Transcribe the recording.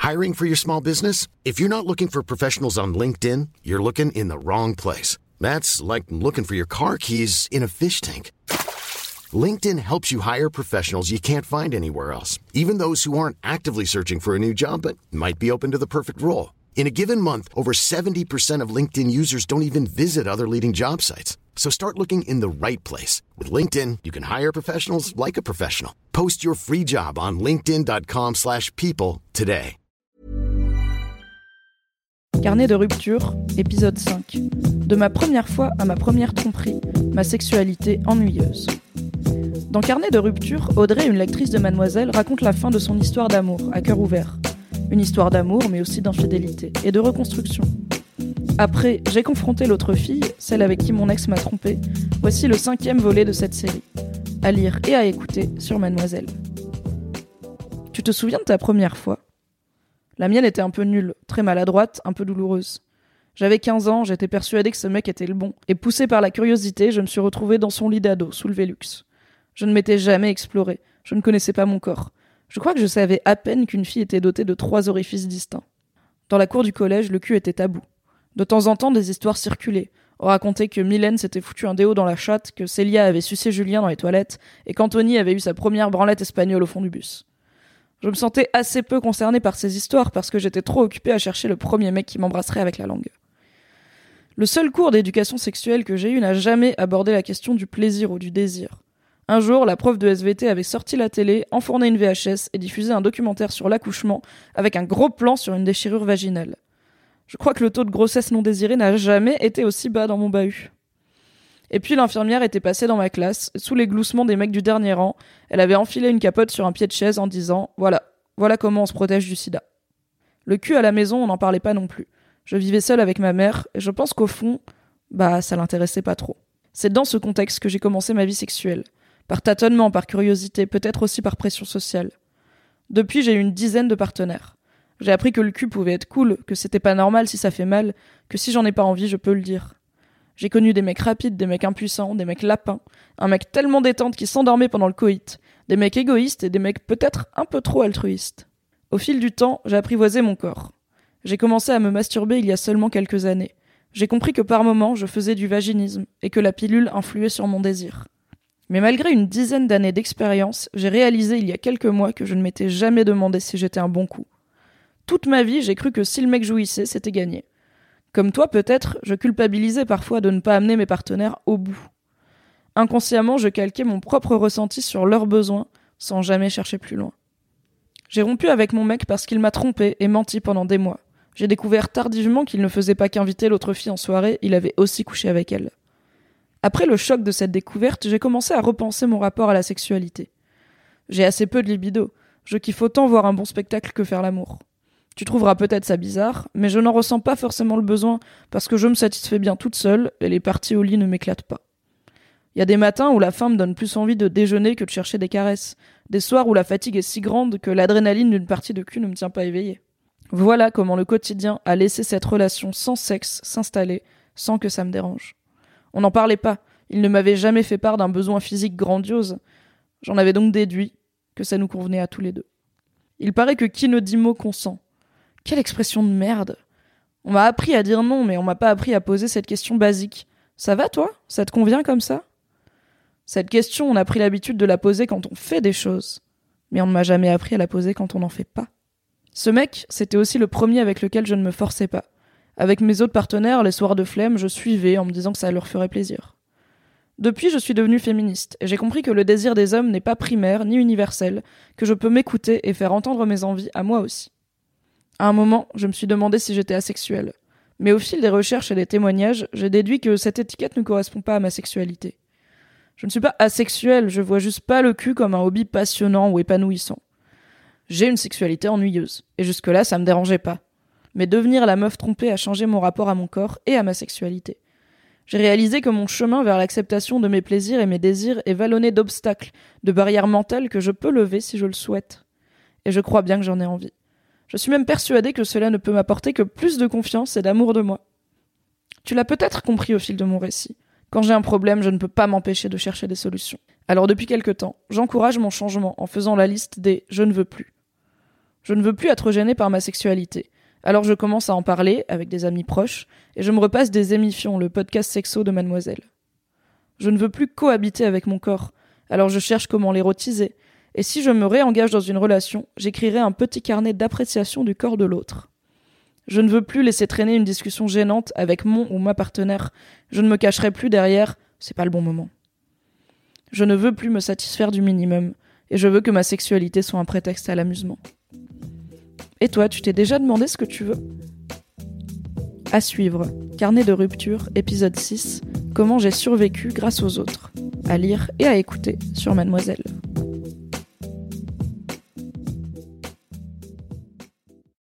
Hiring for your small business? If you're not looking for professionals on LinkedIn, you're looking in the wrong place. That's like looking for your car keys in a fish tank. LinkedIn helps you hire professionals you can't find anywhere else, even those who aren't actively searching for a new job but might be open to the perfect role. In a given month, over 70% of LinkedIn users don't even visit other leading job sites. So start looking in the right place. With LinkedIn, you can hire professionals like a professional. Post your free job on linkedin.com/people today. Carnet de rupture, épisode 5. De ma première fois à ma première tromperie, ma sexualité ennuyeuse. Dans Carnet de rupture, Audrey, une lectrice de Mademoiselle, raconte la fin de son histoire d'amour, à cœur ouvert. Une histoire d'amour, mais aussi d'infidélité, et de reconstruction. Après, j'ai confronté l'autre fille, celle avec qui mon ex m'a trompée. Voici le 5e volet de cette série. À lire et à écouter sur Mademoiselle. Tu te souviens de ta première fois ? La mienne était un peu nulle, très maladroite, un peu douloureuse. J'avais 15 ans, j'étais persuadée que ce mec était le bon, et poussée par la curiosité, je me suis retrouvée dans son lit d'ado, sous le Velux. Je ne m'étais jamais explorée, je ne connaissais pas mon corps. Je crois que je savais à peine qu'une fille était dotée de 3 orifices distincts. Dans la cour du collège, le cul était tabou. De temps en temps, des histoires circulaient. On racontait que Mylène s'était foutu un déo dans la chatte, que Célia avait sucé Julien dans les toilettes, et qu'Anthony avait eu sa première branlette espagnole au fond du bus. Je me sentais assez peu concernée par ces histoires parce que j'étais trop occupée à chercher le premier mec qui m'embrasserait avec la langue. Le seul cours d'éducation sexuelle que j'ai eu n'a jamais abordé la question du plaisir ou du désir. Un jour, la prof de SVT avait sorti la télé, enfourné une VHS et diffusé un documentaire sur l'accouchement avec un gros plan sur une déchirure vaginale. Je crois que le taux de grossesse non désirée n'a jamais été aussi bas dans mon bahut. Et puis l'infirmière était passée dans ma classe, sous les gloussements des mecs du dernier rang, elle avait enfilé une capote sur un pied de chaise en disant « Voilà comment on se protège du sida ». Le cul à la maison, on n'en parlait pas non plus. Je vivais seule avec ma mère, et je pense qu'au fond, ça l'intéressait pas trop. C'est dans ce contexte que j'ai commencé ma vie sexuelle. Par tâtonnement, par curiosité, peut-être aussi par pression sociale. Depuis, j'ai eu une dizaine de partenaires. J'ai appris que le cul pouvait être cool, que c'était pas normal si ça fait mal, que si j'en ai pas envie, je peux le dire. J'ai connu des mecs rapides, des mecs impuissants, des mecs lapins, un mec tellement détente qui s'endormait pendant le coït, des mecs égoïstes et des mecs peut-être un peu trop altruistes. Au fil du temps, j'ai apprivoisé mon corps. J'ai commencé à me masturber il y a seulement quelques années. J'ai compris que par moments, je faisais du vaginisme et que la pilule influait sur mon désir. Mais malgré une dizaine d'années d'expérience, j'ai réalisé il y a quelques mois que je ne m'étais jamais demandé si j'étais un bon coup. Toute ma vie, j'ai cru que si le mec jouissait, c'était gagné. Comme toi, peut-être, je culpabilisais parfois de ne pas amener mes partenaires au bout. Inconsciemment, je calquais mon propre ressenti sur leurs besoins, sans jamais chercher plus loin. J'ai rompu avec mon mec parce qu'il m'a trompé et menti pendant des mois. J'ai découvert tardivement qu'il ne faisait pas qu'inviter l'autre fille en soirée, il avait aussi couché avec elle. Après le choc de cette découverte, j'ai commencé à repenser mon rapport à la sexualité. J'ai assez peu de libido. Je kiffe autant voir un bon spectacle que faire l'amour. Tu trouveras peut-être ça bizarre, mais je n'en ressens pas forcément le besoin parce que je me satisfais bien toute seule et les parties au lit ne m'éclatent pas. Il y a des matins où la faim me donne plus envie de déjeuner que de chercher des caresses. Des soirs où la fatigue est si grande que l'adrénaline d'une partie de cul ne me tient pas éveillée. Voilà comment le quotidien a laissé cette relation sans sexe s'installer sans que ça me dérange. On n'en parlait pas, il ne m'avait jamais fait part d'un besoin physique grandiose. J'en avais donc déduit que ça nous convenait à tous les deux. Il paraît que qui ne dit mot consent. Quelle expression de merde. On m'a appris à dire non, mais on m'a pas appris à poser cette question basique. Ça va toi ? Ça te convient comme ça ? Cette question, on a pris l'habitude de la poser quand on fait des choses. Mais on ne m'a jamais appris à la poser quand on n'en fait pas. Ce mec, c'était aussi le premier avec lequel je ne me forçais pas. Avec mes autres partenaires, les soirs de flemme, je suivais en me disant que ça leur ferait plaisir. Depuis, je suis devenue féministe, et j'ai compris que le désir des hommes n'est pas primaire ni universel, que je peux m'écouter et faire entendre mes envies à moi aussi. À un moment, je me suis demandé si j'étais asexuelle. Mais au fil des recherches et des témoignages, j'ai déduit que cette étiquette ne correspond pas à ma sexualité. Je ne suis pas asexuelle, je vois juste pas le cul comme un hobby passionnant ou épanouissant. J'ai une sexualité ennuyeuse, et jusque-là, ça me dérangeait pas. Mais devenir la meuf trompée a changé mon rapport à mon corps et à ma sexualité. J'ai réalisé que mon chemin vers l'acceptation de mes plaisirs et mes désirs est vallonné d'obstacles, de barrières mentales que je peux lever si je le souhaite. Et je crois bien que j'en ai envie. Je suis même persuadée que cela ne peut m'apporter que plus de confiance et d'amour de moi. Tu l'as peut-être compris au fil de mon récit. Quand j'ai un problème, je ne peux pas m'empêcher de chercher des solutions. Alors depuis quelque temps, j'encourage mon changement en faisant la liste des « je ne veux plus ». Je ne veux plus être gênée par ma sexualité. Alors je commence à en parler avec des amis proches et je me repasse des émissions, le podcast sexo de Mademoiselle. Je ne veux plus cohabiter avec mon corps, alors je cherche comment l'érotiser. Et si je me réengage dans une relation, j'écrirai un petit carnet d'appréciation du corps de l'autre. Je ne veux plus laisser traîner une discussion gênante avec mon ou ma partenaire. Je ne me cacherai plus derrière « c'est pas le bon moment ». Je ne veux plus me satisfaire du minimum, et je veux que ma sexualité soit un prétexte à l'amusement. Et toi, tu t'es déjà demandé ce que tu veux ? À suivre, Carnet de rupture, épisode 6, comment j'ai survécu grâce aux autres. À lire et à écouter sur Mademoiselle.